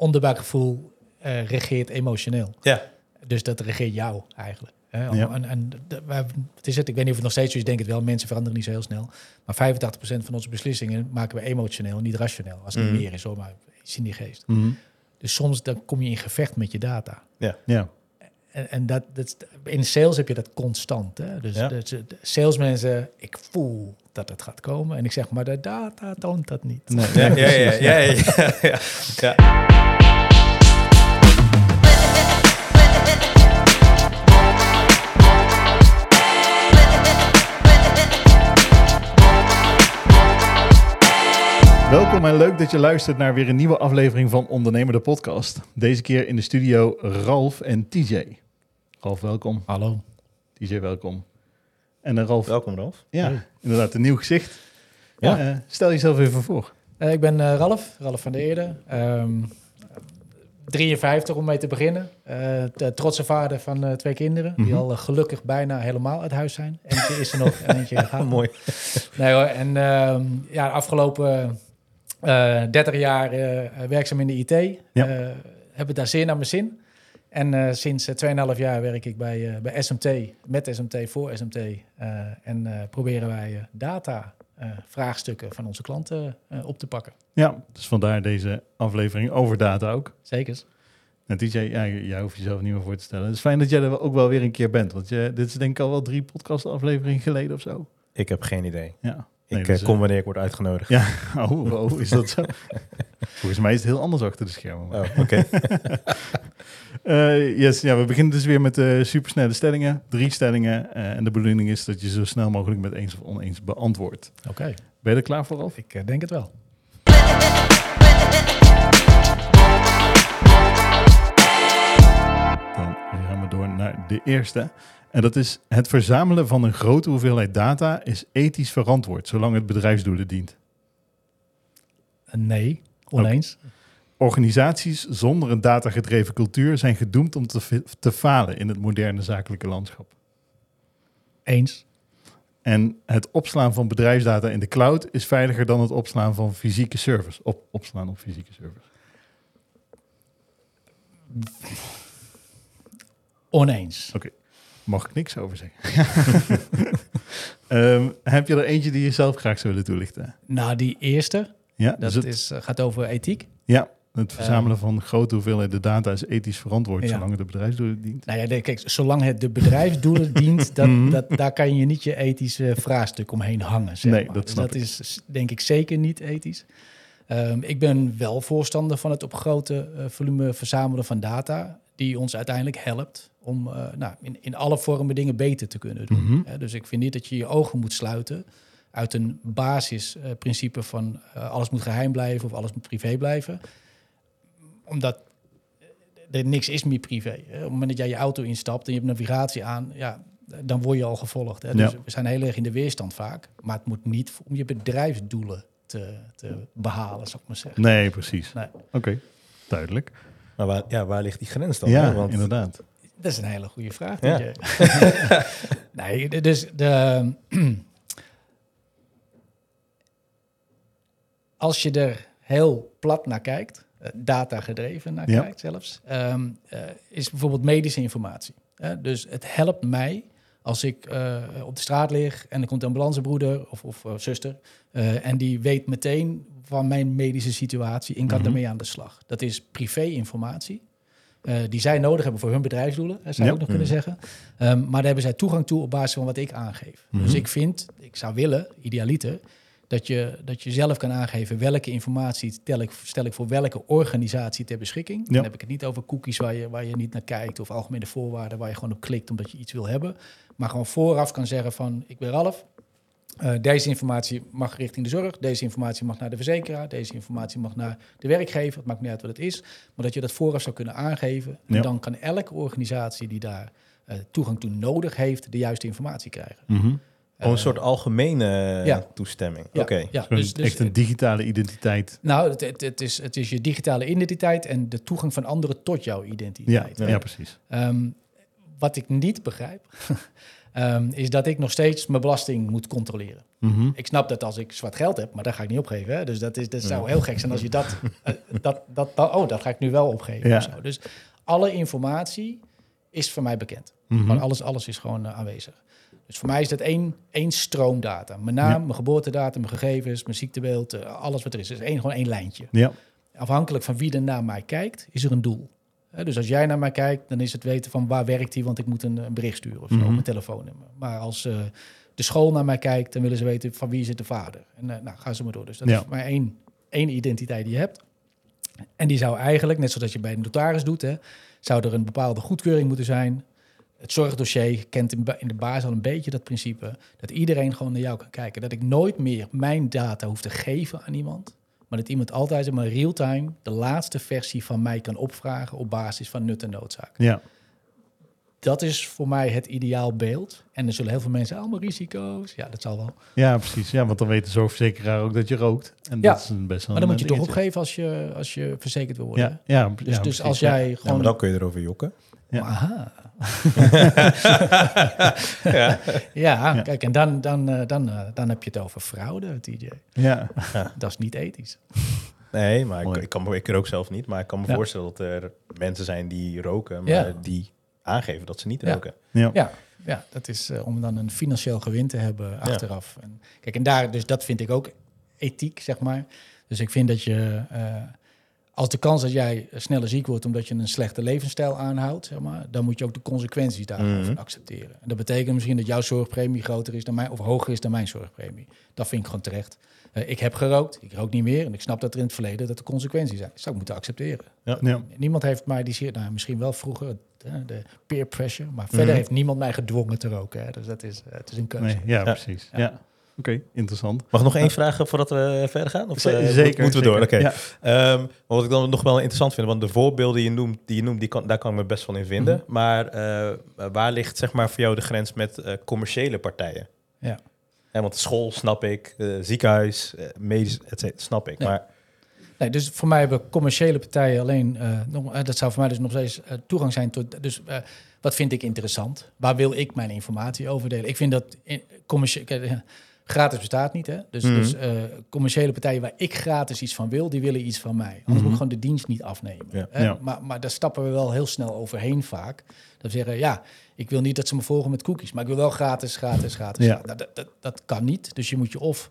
onderbuikgevoel regeert emotioneel. Ja. Dus dat regeert jou eigenlijk. Hè? Ja. Wat is het? Ik weet niet of het nog steeds zo is. Ik denk het wel. Mensen veranderen niet zo heel snel. Maar 85% van onze beslissingen maken we emotioneel, niet rationeel. Als het meer is, hoor, maar iets in die geest. Mm-hmm. Dus soms dan kom je in gevecht met je data. Ja. En dat in sales heb je dat constant. Hè? Dus de salesmensen, ik voel dat het gaat komen. En ik zeg, maar de data toont dat niet. Nee. Ja. Welkom en leuk dat je luistert naar weer een nieuwe aflevering van Ondernemer de Podcast. Deze keer in de studio Ralf en TJ. Ralf, welkom. Hallo. TJ, welkom. En Ralf. Welkom, Ralf. Ja, Hey. Inderdaad, een nieuw gezicht. Ja. Stel jezelf even voor. Ik ben Ralf van der Eerde. 53 om mee te beginnen. De trotse vader van 2 kinderen. Die al gelukkig bijna helemaal uit huis zijn. Eentje is er nog en eentje gaat. Mooi. Nee hoor. En de afgelopen 30 jaar werkzaam in de IT. Ja. Heb het daar zeer naar mijn zin. En sinds 2,5 jaar werk ik bij SMT, met SMT, voor SMT. En proberen wij data vraagstukken van onze klanten op te pakken. Ja, dus vandaar deze aflevering over data ook. Zeker. En TJ, jij hoeft jezelf niet meer voor te stellen. Het is fijn dat jij er ook wel weer een keer bent. Want dit is denk ik al wel 3 podcastafleveringen geleden of zo. Ik heb geen idee. Ja. Ik kom wanneer ik word uitgenodigd. Ja, is dat zo? Volgens mij is het heel anders achter de schermen. Maar. Oh, oké. We beginnen dus weer met supersnelle stellingen. 3 stellingen. En de bedoeling is dat je zo snel mogelijk met eens of oneens beantwoordt. Oké. Ben je er klaar voor, Ralf? Ik denk het wel. Dan gaan we door naar de eerste. En dat is: het verzamelen van een grote hoeveelheid data is ethisch verantwoord, zolang het bedrijfsdoelen dient. Nee, oneens. Organisaties zonder een datagedreven cultuur zijn gedoemd om te falen in het moderne zakelijke landschap. Eens. En het opslaan van bedrijfsdata in de cloud is veiliger dan het opslaan van fysieke servers. Opslaan op fysieke servers. Oneens. Oké. Mag ik niks over zeggen. Heb je er eentje die je zelf graag zou willen toelichten? Nou, die eerste, Ja, dat dus gaat over ethiek. ja, het verzamelen van grote hoeveelheden data is ethisch verantwoord, Ja. zolang het de bedrijfsdoelen dient. Nou ja, kijk, zolang het de bedrijfsdoelen dient, daar kan je niet je ethische vraagstuk omheen hangen. Zeg Nee, maar. dat Dus snap dat ik. is denk ik zeker niet ethisch. Ik ben wel voorstander van het op grote volume verzamelen van data, die ons uiteindelijk helpt om in alle vormen dingen beter te kunnen doen. Dus ik vind niet dat je je ogen moet sluiten uit een basisprincipe van alles moet geheim blijven of alles moet privé blijven. Omdat er niks is meer privé. Op het moment dat jij je auto instapt en je hebt navigatie aan, ja, dan word je al gevolgd. Hè? Dus Ja. we zijn heel erg in de weerstand vaak. Maar het moet niet om je bedrijfsdoelen te behalen, zou ik maar zeggen. Nee, precies. Nee. Oké, duidelijk. Maar waar ligt die grens dan? Ja, hè? Want inderdaad. Dat is een hele goede vraag. Ja. DJ. Nee, dus als je er heel plat naar kijkt, data gedreven naar kijkt zelfs, is bijvoorbeeld medische informatie. Dus het helpt mij als ik op de straat lig en er komt een ambulancebroeder of zuster en die weet meteen van mijn medische situatie en kan daarmee aan de slag. Dat is privé-informatie. Die zij nodig hebben voor hun bedrijfsdoelen, zou je ook nog kunnen zeggen. Maar daar hebben zij toegang toe op basis van wat ik aangeef. Dus ik zou willen, idealiter, dat je zelf kan aangeven welke informatie stel ik voor welke organisatie ter beschikking. Dan heb ik het niet over cookies waar je niet naar kijkt of algemene voorwaarden waar je gewoon op klikt omdat je iets wil hebben. Maar gewoon vooraf kan zeggen van ik ben Ralf. Deze informatie mag richting de zorg, deze informatie mag naar de verzekeraar, deze informatie mag naar de werkgever, het maakt niet uit wat het is, maar dat je dat vooraf zou kunnen aangeven. En dan kan elke organisatie die daar toegang toe nodig heeft, de juiste informatie krijgen. een soort algemene toestemming. Ja, Oké. ja, Dus echt een digitale identiteit. Nou, het is je digitale identiteit en de toegang van anderen tot jouw identiteit. Ja, precies. Wat ik niet begrijp, is dat ik nog steeds mijn belasting moet controleren. Mhm. Ik snap dat als ik zwart geld heb, maar dat ga ik niet opgeven. Hè? Dus dat zou heel gek zijn als je dat ga ik nu wel opgeven. Ja. Of zo. Dus alle informatie is voor mij bekend. Mhm. Maar alles is gewoon aanwezig. Dus voor mij is dat één stroomdata. Mijn naam, mijn geboortedatum, mijn gegevens, mijn ziektebeeld, alles wat er is. Dus gewoon één lijntje. Ja. Afhankelijk van wie er naar mij kijkt, is er een doel. Dus als jij naar mij kijkt, dan is het weten van waar werkt hij, want ik moet een bericht sturen of zo, op mijn telefoonnummer. Maar als de school naar mij kijkt, dan willen ze weten van wie is het de vader. En gaan ze maar door. Dus dat is voor mij één identiteit die je hebt. En die zou eigenlijk, net zoals je bij een notaris doet, zou er een bepaalde goedkeuring moeten zijn. Het zorgdossier kent in de basis al een beetje dat principe, dat iedereen gewoon naar jou kan kijken. Dat ik nooit meer mijn data hoef te geven aan iemand, maar dat iemand altijd in real-time de laatste versie van mij kan opvragen op basis van nut en noodzaak. Ja. Dat is voor mij het ideaal beeld. En er zullen heel veel mensen allemaal risico's. Ja, dat zal wel. Ja, precies. Ja, want dan weet de zorgverzekeraar ook dat je rookt. En dat is een best wel. Maar dan moet je toch dingetje. opgeven als je verzekerd wil worden. Dus als ja. jij gewoon... Ja, maar dan kun je erover jokken. Ja. Aha. Ja. Kijk, en dan heb je het over fraude, TJ. Ja. Dat is niet ethisch. Nee, maar Mooi. ik rook zelf niet. Maar ik kan me voorstellen dat er mensen zijn die roken, maar die aangeven dat ze niet roken. Ja, dat is om dan een financieel gewin te hebben achteraf. En, kijk, en daar, dus dat vind ik ook ethiek, zeg maar. Dus ik vind dat je, als de kans dat jij sneller ziek wordt omdat je een slechte levensstijl aanhoudt, zeg maar, dan moet je ook de consequenties daarvan accepteren. En dat betekent misschien dat jouw zorgpremie groter is dan mijn, of hoger is dan mijn zorgpremie. Dat vind ik gewoon terecht. Ik heb gerookt, ik rook niet meer en ik snap dat er in het verleden dat er consequenties zijn. Dat zou ik moeten accepteren. Ja. Niemand heeft mij misschien wel vroeger de peer pressure, maar verder heeft niemand mij gedwongen te roken. Hè. Dus het is een keuze. Nee, ja, precies. Ja. Oké, interessant. Mag ik nog één vraag voordat we verder gaan? Of, Zeker. Moeten we door? Oké. Ja. Wat ik dan nog wel interessant vind, want de voorbeelden die je noemt, daar kan ik me best wel in vinden. Maar waar ligt zeg maar voor jou de grens met commerciële partijen? Ja. Want school snap ik, ziekenhuis, medisch, etc. snap ik. Ja. Maar Nee, dus voor mij hebben commerciële partijen alleen... dat zou voor mij dus nog steeds toegang zijn tot... Dus wat vind ik interessant? Waar wil ik mijn informatie over delen? Ik vind dat gratis bestaat niet, hè? Dus commerciële partijen waar ik gratis iets van wil, die willen iets van mij. Anders moet ik gewoon de dienst niet afnemen. Ja. Hè? Ja. Maar daar stappen we wel heel snel overheen vaak. Dat we zeggen, ik wil niet dat ze me volgen met cookies, maar ik wil wel gratis. Ja. Dat kan niet. Dus je moet je of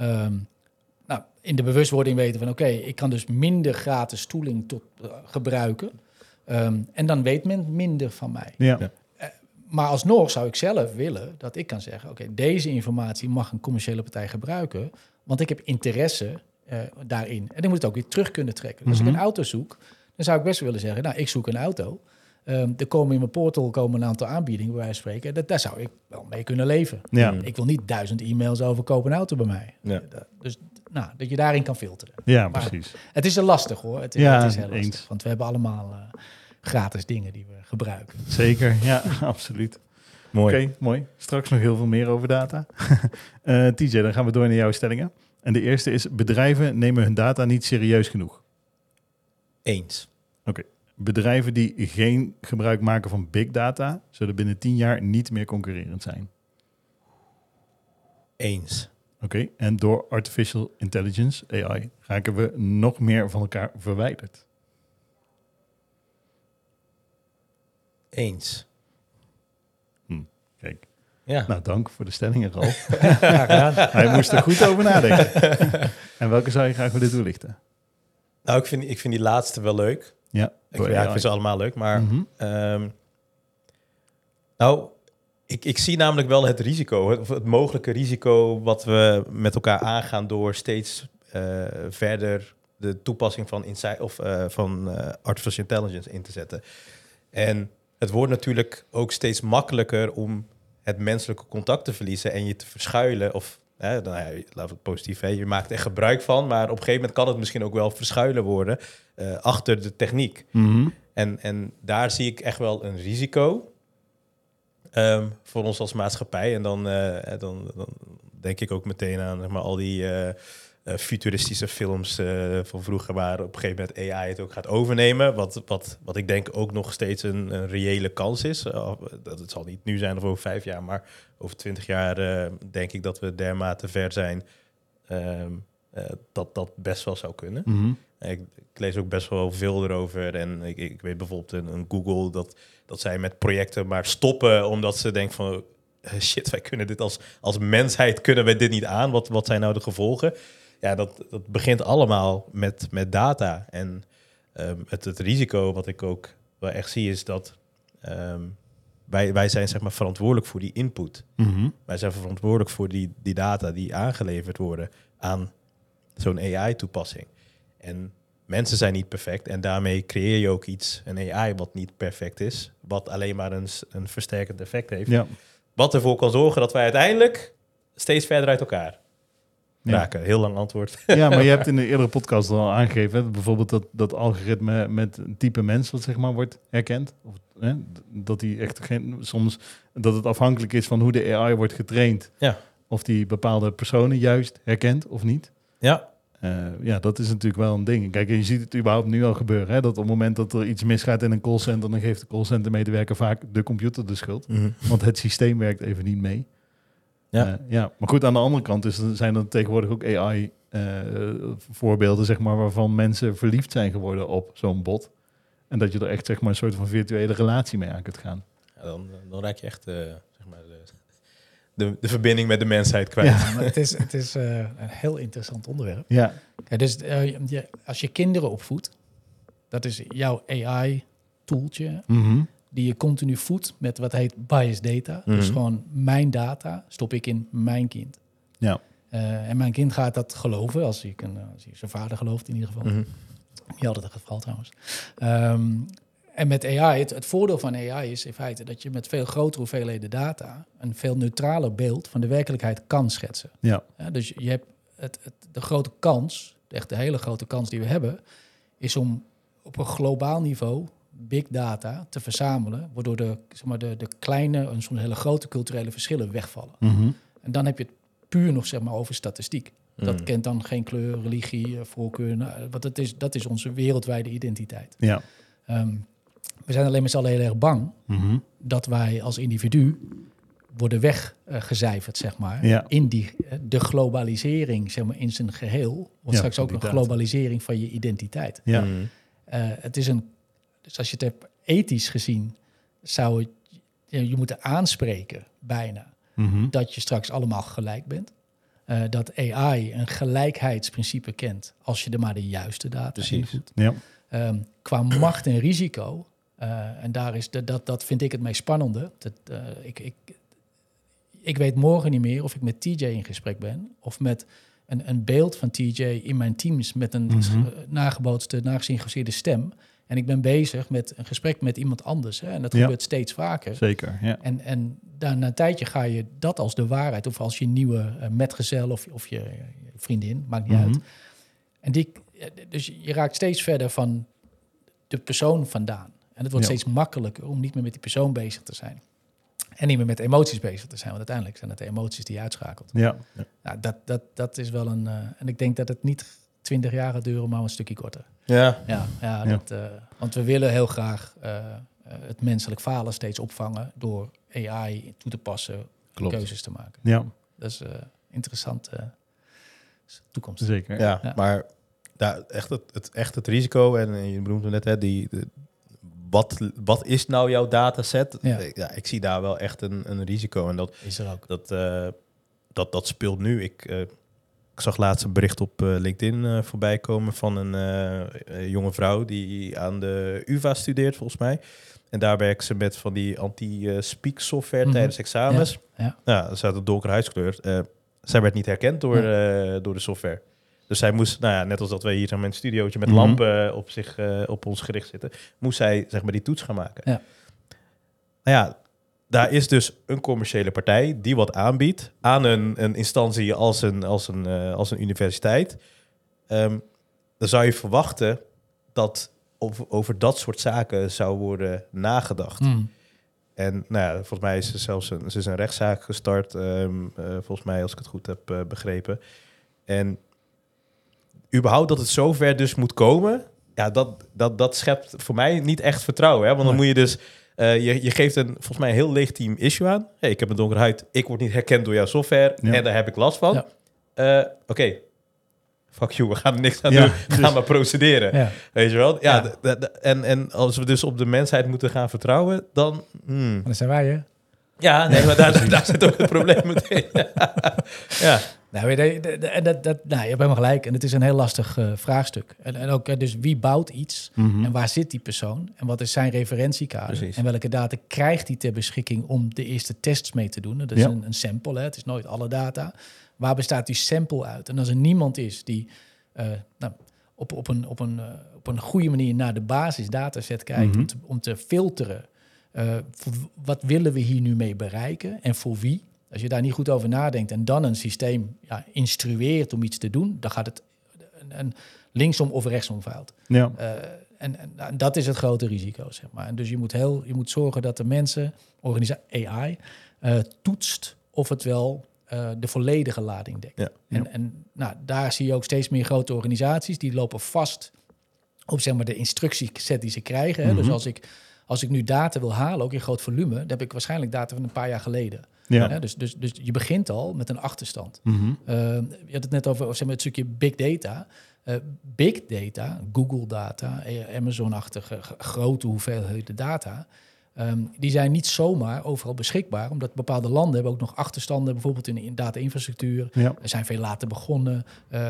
in de bewustwording weten van ik kan dus minder gratis tooling gebruiken. En dan weet men minder van mij. Ja. Maar alsnog zou ik zelf willen dat ik kan zeggen, deze informatie mag een commerciële partij gebruiken, want ik heb interesse daarin. En dan moet het ook weer terug kunnen trekken. Dus als ik een auto zoek, dan zou ik best willen zeggen, ik zoek een auto. Er komen in mijn portal een aantal aanbiedingen, bij wijze van spreken. Daar zou ik wel mee kunnen leven. Ja. Ik wil niet 1000 e-mails over koop een auto bij mij. Ja. Dus dat je daarin kan filteren. Ja, Maar precies. het is lastig hoor. Het is heel lastig. Eens. Want we hebben allemaal gratis dingen die we gebruiken. Zeker, ja, absoluut. mooi. Oké, mooi. Straks nog heel veel meer over data. TJ, dan gaan we door naar jouw stellingen. En de eerste is, bedrijven nemen hun data niet serieus genoeg. Eens. Oké. Bedrijven die geen gebruik maken van big data, zullen binnen 10 jaar niet meer concurrerend zijn. Eens. Oké. En door artificial intelligence, AI, raken we nog meer van elkaar verwijderd. Eens. Kijk. Ja. Nou, dank voor de stellingen, Ralf. Hij moest er goed over nadenken. En welke zou je graag willen toelichten? Nou, ik vind die laatste wel leuk. Ja, Ik vind ze allemaal leuk, maar ik zie namelijk wel het risico, het mogelijke risico wat we met elkaar aangaan door steeds verder de toepassing van artificial intelligence in te zetten. En het wordt natuurlijk ook steeds makkelijker om het menselijke contact te verliezen en je te verschuilen of laten we het positief, je maakt er gebruik van, maar op een gegeven moment kan het misschien ook wel verschuilen worden achter de techniek. Mm-hmm. En daar zie ik echt wel een risico voor ons als maatschappij. En dan denk ik ook meteen aan zeg maar, al die futuristische films van vroeger, waar op een gegeven moment AI het ook gaat overnemen. Wat ik denk ook nog steeds een reële kans is. Het zal niet nu zijn of over 5 jaar, maar over 20 jaar denk ik dat we dermate ver zijn dat best wel zou kunnen. Mm-hmm. Ik lees ook best wel veel erover. En ik weet bijvoorbeeld een Google dat zij met projecten maar stoppen omdat ze denken van shit, wij kunnen dit als mensheid kunnen we dit niet aan. Wat zijn nou de gevolgen? Ja, dat begint allemaal met data. En het risico wat ik ook wel echt zie is dat wij zijn zeg maar verantwoordelijk voor die input. Mm-hmm. Wij zijn verantwoordelijk voor die data die aangeleverd worden aan zo'n AI-toepassing. En mensen zijn niet perfect en daarmee creëer je ook een AI wat niet perfect is, wat alleen maar een versterkend effect heeft. Ja. Wat ervoor kan zorgen dat wij uiteindelijk steeds verder uit elkaar Ja. raken. Heel lang antwoord. Ja, maar je hebt in de eerdere podcast al aangegeven, hè, bijvoorbeeld dat algoritme met een type mens wat zeg maar wordt herkend. Of, dat die echt soms dat het afhankelijk is van hoe de AI wordt getraind. Ja. Of die bepaalde personen juist herkent of niet. Ja. Ja, dat is natuurlijk wel een ding. Kijk, je ziet het überhaupt nu al gebeuren. Hè? Dat op het moment dat er iets misgaat in een callcenter, dan geeft de callcentermedewerker vaak de computer de schuld. Mm-hmm. Want het systeem werkt even niet mee. Ja. Maar goed, aan de andere kant zijn er tegenwoordig ook AI-voorbeelden, zeg maar, waarvan mensen verliefd zijn geworden op zo'n bot. En dat je er echt zeg maar, een soort van virtuele relatie mee aan kunt gaan. Ja, dan raak je echt zeg maar de verbinding met de mensheid kwijt. Ja, maar het is een heel interessant onderwerp. Ja. Ja, dus als je kinderen opvoedt, dat is jouw AI-tooltje, Mm-hmm. die je continu voedt met wat heet biased data. Dus gewoon mijn data stop ik in mijn kind. Ja. En mijn kind gaat dat geloven, als hij zijn vader gelooft in ieder geval. Mm-hmm. Niet altijd het geval trouwens. En met AI, het voordeel van AI is in feite dat je met veel grotere hoeveelheden data een veel neutraler beeld van de werkelijkheid kan schetsen. Ja. Dus je hebt de grote kans, echt de hele grote kans die we hebben, is om op een globaal niveau big data te verzamelen, waardoor de kleine en soms hele grote culturele verschillen wegvallen. Mm-hmm. En dan heb je het puur nog zeg maar over statistiek. Dat kent dan geen kleur, religie, voorkeur. Want dat is onze wereldwijde identiteit. Ja. We zijn alleen met z'n allen heel erg bang Mm-hmm. dat wij als individu worden weggecijferd, zeg maar. Ja. In de globalisering, zeg maar, in zijn geheel. Wordt straks ook een inderdaad. globalisering van je identiteit. Ja. Mm-hmm. Het is dus als je het hebt ethisch gezien, zou het je moeten aanspreken bijna Mm-hmm. dat je straks allemaal gelijk bent. Dat AI een gelijkheidsprincipe kent als je er maar de juiste data invoert. Ja. Qua macht en risico, en daar is dat vind ik het meest spannende. Ik weet morgen niet meer of ik met TJ in gesprek ben of met een beeld van TJ in mijn Teams met een nagebootste, nagesynchroniseerde stem. En ik ben bezig met een gesprek met iemand anders. Hè? En dat gebeurt steeds vaker. Zeker, ja. En dan na een tijdje ga je dat als de waarheid, of als je nieuwe metgezel of je vriendin, maakt niet uit. En dus je raakt steeds verder van de persoon vandaan. En het wordt steeds makkelijker om niet meer met die persoon bezig te zijn. En niet meer met emoties bezig te zijn. Want uiteindelijk zijn het de emoties die je uitschakelt. Ja. Nou, dat is wel een... en ik denk dat het niet 20 jaar gaat duren, maar een stukje korter. Ja. Ja. Want we willen heel graag het menselijk falen steeds opvangen door AI toe te passen, Klopt. keuzes te maken. Ja, Dat is interessante toekomst. zeker. Ja, maar daar echt het risico, en je benoemde net, hè, wat is nou jouw dataset? Ja. Ik zie daar wel echt een risico. En dat Is er ook. dat speelt nu. Ik zag laatst een bericht op LinkedIn voorbij komen van een jonge vrouw die aan de UvA studeert, volgens mij. En daar werkt ze met van die anti-speak software tijdens examens. Ja, ze had een donkere huidskleur. Zij werd niet herkend door de software. Dus zij moest, net als dat wij hier in mijn studiootje met lampen op ons gericht zitten, moest zij zeg maar die toets gaan maken. Ja. Nou ja, daar is dus een commerciële partij die wat aanbiedt aan een instantie als een universiteit. Dan zou je verwachten dat over dat soort zaken zou worden nagedacht. En volgens mij is ze is een rechtszaak gestart. Volgens mij, als ik het goed heb begrepen. En überhaupt dat het zover dus moet komen, ja, dat schept voor mij niet echt vertrouwen. Hè? Want dan moet je dus, je geeft een volgens mij een heel legitiem issue aan. Hey, ik heb een donkere huid, ik word niet herkend door jouw software en daar heb ik last van. Ja. Oké. Fuck you, we gaan er niks aan doen. We gaan maar procederen. Ja. Weet je wel? Ja. En als we dus op de mensheid moeten gaan vertrouwen, dan... Dat zijn wij, hè? Ja, nee, maar daar zit ook het probleem meteen. Ja. Nou, je hebt helemaal gelijk. En het is een heel lastig vraagstuk. En ook dus wie bouwt iets en waar zit die persoon? En wat is zijn referentiekader? Precies. En welke data krijgt hij ter beschikking om de eerste tests mee te doen? Dat is een sample, hè? Het is nooit alle data. Waar bestaat die sample uit? En als er niemand is die op een goede manier naar de basisdataset kijkt... om te filteren... wat willen we hier nu mee bereiken en voor wie? Als je daar niet goed over nadenkt en dan een systeem instrueert om iets te doen... dan gaat het linksom of rechtsom fout. Ja. En dat is het grote risico, zeg maar. En dus je moet zorgen dat de mensen, AI, toetst of het wel... de volledige lading dekt. Ja. En daar zie je ook steeds meer grote organisaties... die lopen vast op zeg maar, de instructieset die ze krijgen. Hè? Dus als ik nu data wil halen, ook in groot volume... dan heb ik waarschijnlijk data van een paar jaar geleden. Ja. Hè? Dus je begint al met een achterstand. Je had het net over zeg maar, het stukje big data... big data, Google data, Amazon-achtige grote hoeveelheden data... die zijn niet zomaar overal beschikbaar, omdat bepaalde landen hebben ook nog achterstanden, bijvoorbeeld in data-infrastructuur. Ja. Er zijn veel later begonnen.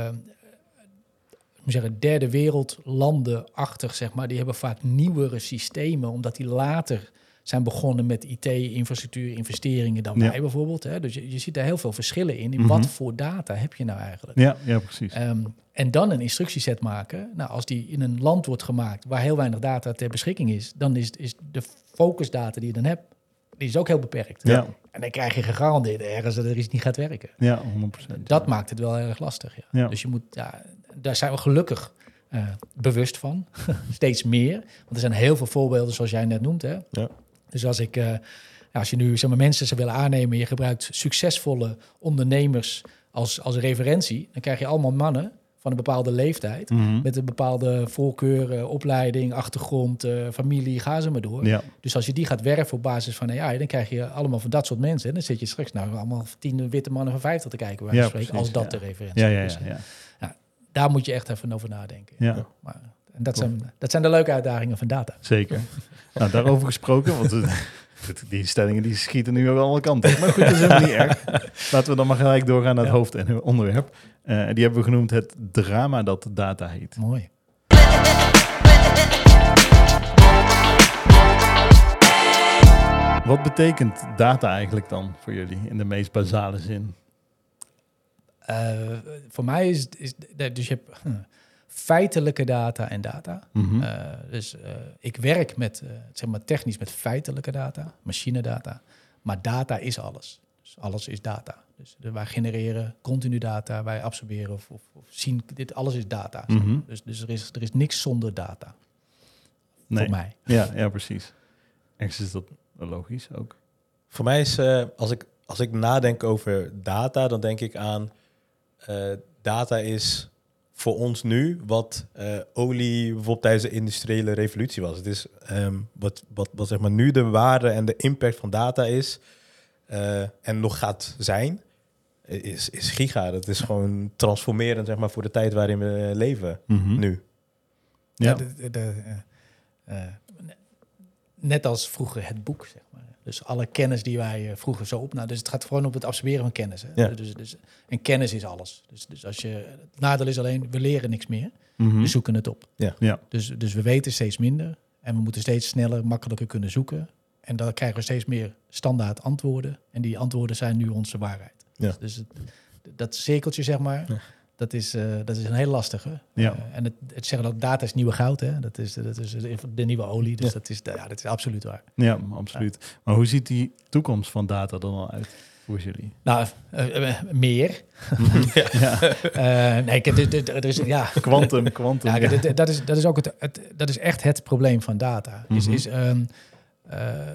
Derde wereldlanden-achtig, zeg maar, die hebben vaak nieuwere systemen, omdat die later zijn begonnen met IT-infrastructuur, investeringen dan wij bijvoorbeeld. Hè? Dus je ziet daar heel veel verschillen in wat voor data heb je nou eigenlijk. Ja, precies. En dan een instructieset maken. Nou, als die in een land wordt gemaakt waar heel weinig data ter beschikking is, dan is de focusdata die je dan hebt, die is ook heel beperkt. Ja. En dan krijg je gegarandeerd ergens dat er iets niet gaat werken. Ja, 100%. Dat maakt het wel erg lastig. Ja. Dus je moet, daar zijn we gelukkig bewust van. Steeds meer. Want er zijn heel veel voorbeelden zoals jij net noemt. Hè? Ja. Dus als je nu zeg maar, mensen zou willen aannemen, je gebruikt succesvolle ondernemers als referentie, dan krijg je allemaal mannen van een bepaalde leeftijd, met een bepaalde voorkeur, opleiding, achtergrond, familie, ga ze maar door. Ja. Dus als je die gaat werven op basis van AI, dan krijg je allemaal van dat soort mensen. En dan zit je straks allemaal 10 witte mannen van 50 te kijken, waar spreken, als dat de referentie is. Ja. Daar moet je echt even over nadenken. Ja. Maar, en dat zijn de leuke uitdagingen van data. Zeker. Nou, daarover gesproken, want die stellingen die schieten nu wel alle kanten op. Maar goed, dat is helemaal niet erg. Laten we dan maar gelijk doorgaan naar het hoofd- en onderwerp. Die hebben we genoemd het drama dat data heet. Mooi. Wat betekent data eigenlijk dan voor jullie in de meest basale zin? Voor mij is dus je hebt feitelijke data en data. Dus ik werk met zeg maar technisch met feitelijke data, machinedata, maar data is alles. Dus alles is data. Dus wij genereren continu data, wij absorberen of zien, dit alles is data. Dus er is niks zonder data. Voor mij. Ja, precies. Ergens is dat logisch ook. Voor mij is, als ik nadenk over data, dan denk ik aan data is voor ons nu wat olie bijvoorbeeld tijdens de industriële revolutie was. Het is wat zeg maar nu de waarde en de impact van data is en nog gaat zijn, is giga. Dat is gewoon transformerend zeg maar voor de tijd waarin we leven nu. Ja. Net als vroeger het boek, zeg maar. Dus alle kennis die wij vroeger zo opnamen. Dus het gaat gewoon op het absorberen van kennis. Hè? Ja. En kennis is alles. Dus als het nadeel is alleen, we leren niks meer. We zoeken het op. Ja. Dus we weten steeds minder. En we moeten steeds sneller, makkelijker kunnen zoeken. En dan krijgen we steeds meer standaard antwoorden. En die antwoorden zijn nu onze waarheid. Ja. Dus dat cirkeltje, zeg maar... Ja. Dat is een heel lastige. Ja. En het zeggen ook, data is nieuwe goud. Hè? Dat is de nieuwe olie. Dus dat is absoluut waar. Ja, absoluut. Ja. Maar hoe ziet die toekomst van data dan al uit voor jullie? Nou, meer. Er is Quantum. Ja, dat is ook dat is echt het probleem van data.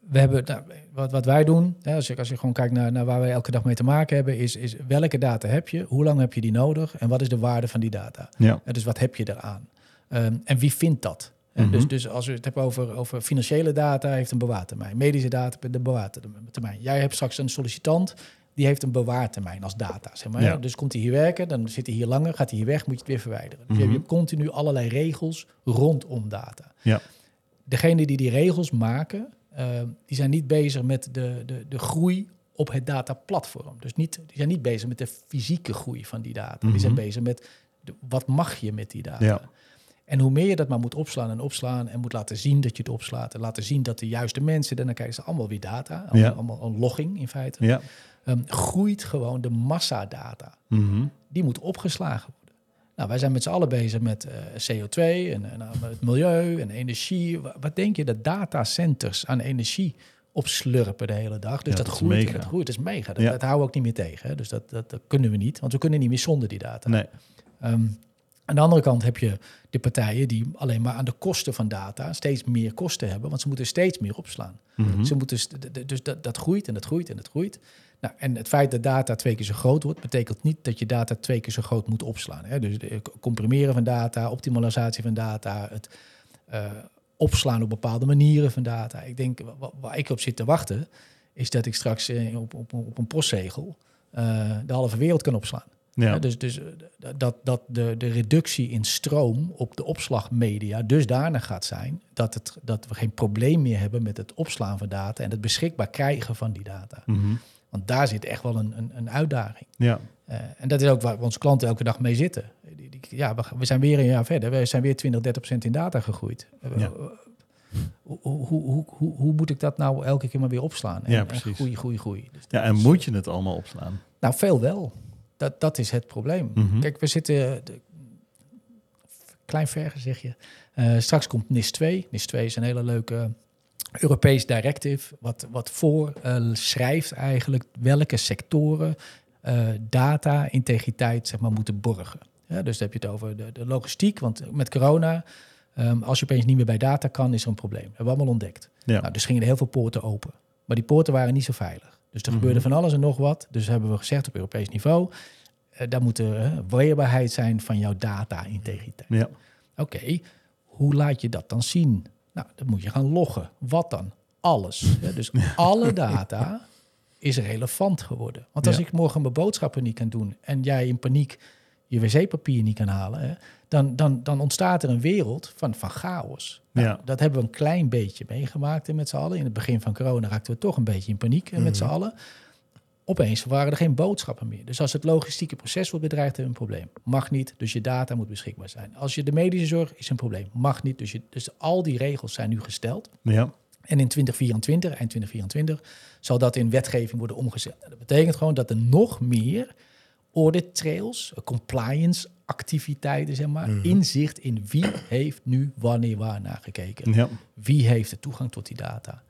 we hebben, wat wij doen, als je gewoon kijkt naar waar wij elke dag mee te maken hebben, is welke data heb je, hoe lang heb je die nodig en wat is de waarde van die data? Ja. Dus wat heb je eraan? En wie vindt dat? Dus als we het hebben over financiële data, heeft een bewaartermijn. Medische data heeft een bewaartermijn. Jij hebt straks een sollicitant, die heeft een bewaartermijn als data. Zeg maar. Ja. Dus komt hij hier werken, dan zit hij hier langer, gaat hij hier weg, moet je het weer verwijderen. Dus je hebt continu allerlei regels rondom data. Ja. Degene die regels maken, die zijn niet bezig met de groei op het dataplatform. Dus die zijn niet bezig met de fysieke groei van die data. Die zijn bezig met wat mag je met die data. Ja. En hoe meer je dat maar moet opslaan en moet laten zien dat je het opslaat en laten zien dat de juiste mensen, dan krijgen ze allemaal weer data, allemaal een logging in feite, Ja. Groeit gewoon de massadata. Mm-hmm. Die moet opgeslagen worden. Nou, wij zijn met z'n allen bezig met CO2 en het milieu en energie. Wat denk je dat datacenters aan energie opslurpen de hele dag? Dus Ja, dat dat is groeit mega. en dat groeit. Dat is mega. Ja. Dat houden we ook niet meer tegen. Hè? Dus dat kunnen we niet, want we kunnen niet meer zonder die data. Nee. Aan de andere kant heb je de partijen die alleen maar aan de kosten van data steeds meer kosten hebben, want ze moeten steeds meer opslaan. Mm-hmm. Ze moeten dus dat groeit en dat groeit en dat groeit. Nou, en het feit dat data 2 keer zo groot wordt, betekent niet dat je data 2 keer zo groot moet opslaan. Hè? Dus comprimeren van data, optimalisatie van data, het opslaan op bepaalde manieren van data. Ik denk, waar ik op zit te wachten, is dat ik straks op een postzegel de halve wereld kan opslaan. Ja. Dus dat de reductie in stroom op de opslagmedia dusdanig gaat zijn dat we geen probleem meer hebben met het opslaan van data en het beschikbaar krijgen van die data. Mm-hmm. Want daar zit echt wel een uitdaging. Ja. En dat is ook waar onze klanten elke dag mee zitten. We zijn weer een jaar verder. We zijn weer 20-30% in data gegroeid. Ja. Hoe moet ik dat nou elke keer maar weer opslaan? Ja, precies. En groei. Dus Ja, en moet je het allemaal opslaan? nou, veel wel. Dat is het probleem. Mm-hmm. Kijk, we zitten... klein vergen, zeg je. Straks komt NIS 2. NIS 2 is een hele leuke Europees directive, wat schrijft eigenlijk welke sectoren data-integriteit zeg maar, moeten borgen. Ja, dus dan heb je het over de logistiek, want met corona, als je opeens niet meer bij data kan, is er een probleem. Dat hebben we allemaal ontdekt. Ja. Nou, dus gingen er heel veel poorten open. Maar die poorten waren niet zo veilig. Dus er gebeurde van alles en nog wat. Dus hebben we gezegd op Europees niveau, daar moet weerbaarheid zijn van jouw data-integriteit. Ja. Oké, hoe laat je dat dan zien? Nou, dan moet je gaan loggen. Wat dan? Alles. Dus alle data is relevant geworden. Want als ik morgen mijn boodschappen niet kan doen en jij in paniek je wc-papier niet kan halen, dan ontstaat er een wereld van chaos. Nou, dat hebben we een klein beetje meegemaakt met z'n allen. In het begin van corona raakten we toch een beetje in paniek met z'n allen. Opeens waren er geen boodschappen meer. Dus als het logistieke proces wordt bedreigd, hebben we een probleem. Mag niet, dus je data moet beschikbaar zijn. Als je de medische zorg, is een probleem. Mag niet, dus al die regels zijn nu gesteld. Ja. En in 2024, eind 2024, zal dat in wetgeving worden omgezet. Dat betekent gewoon dat er nog meer audit trails, compliance activiteiten, zeg maar, inzicht in wie heeft nu wanneer waar naar gekeken. Ja. Wie heeft de toegang tot die data.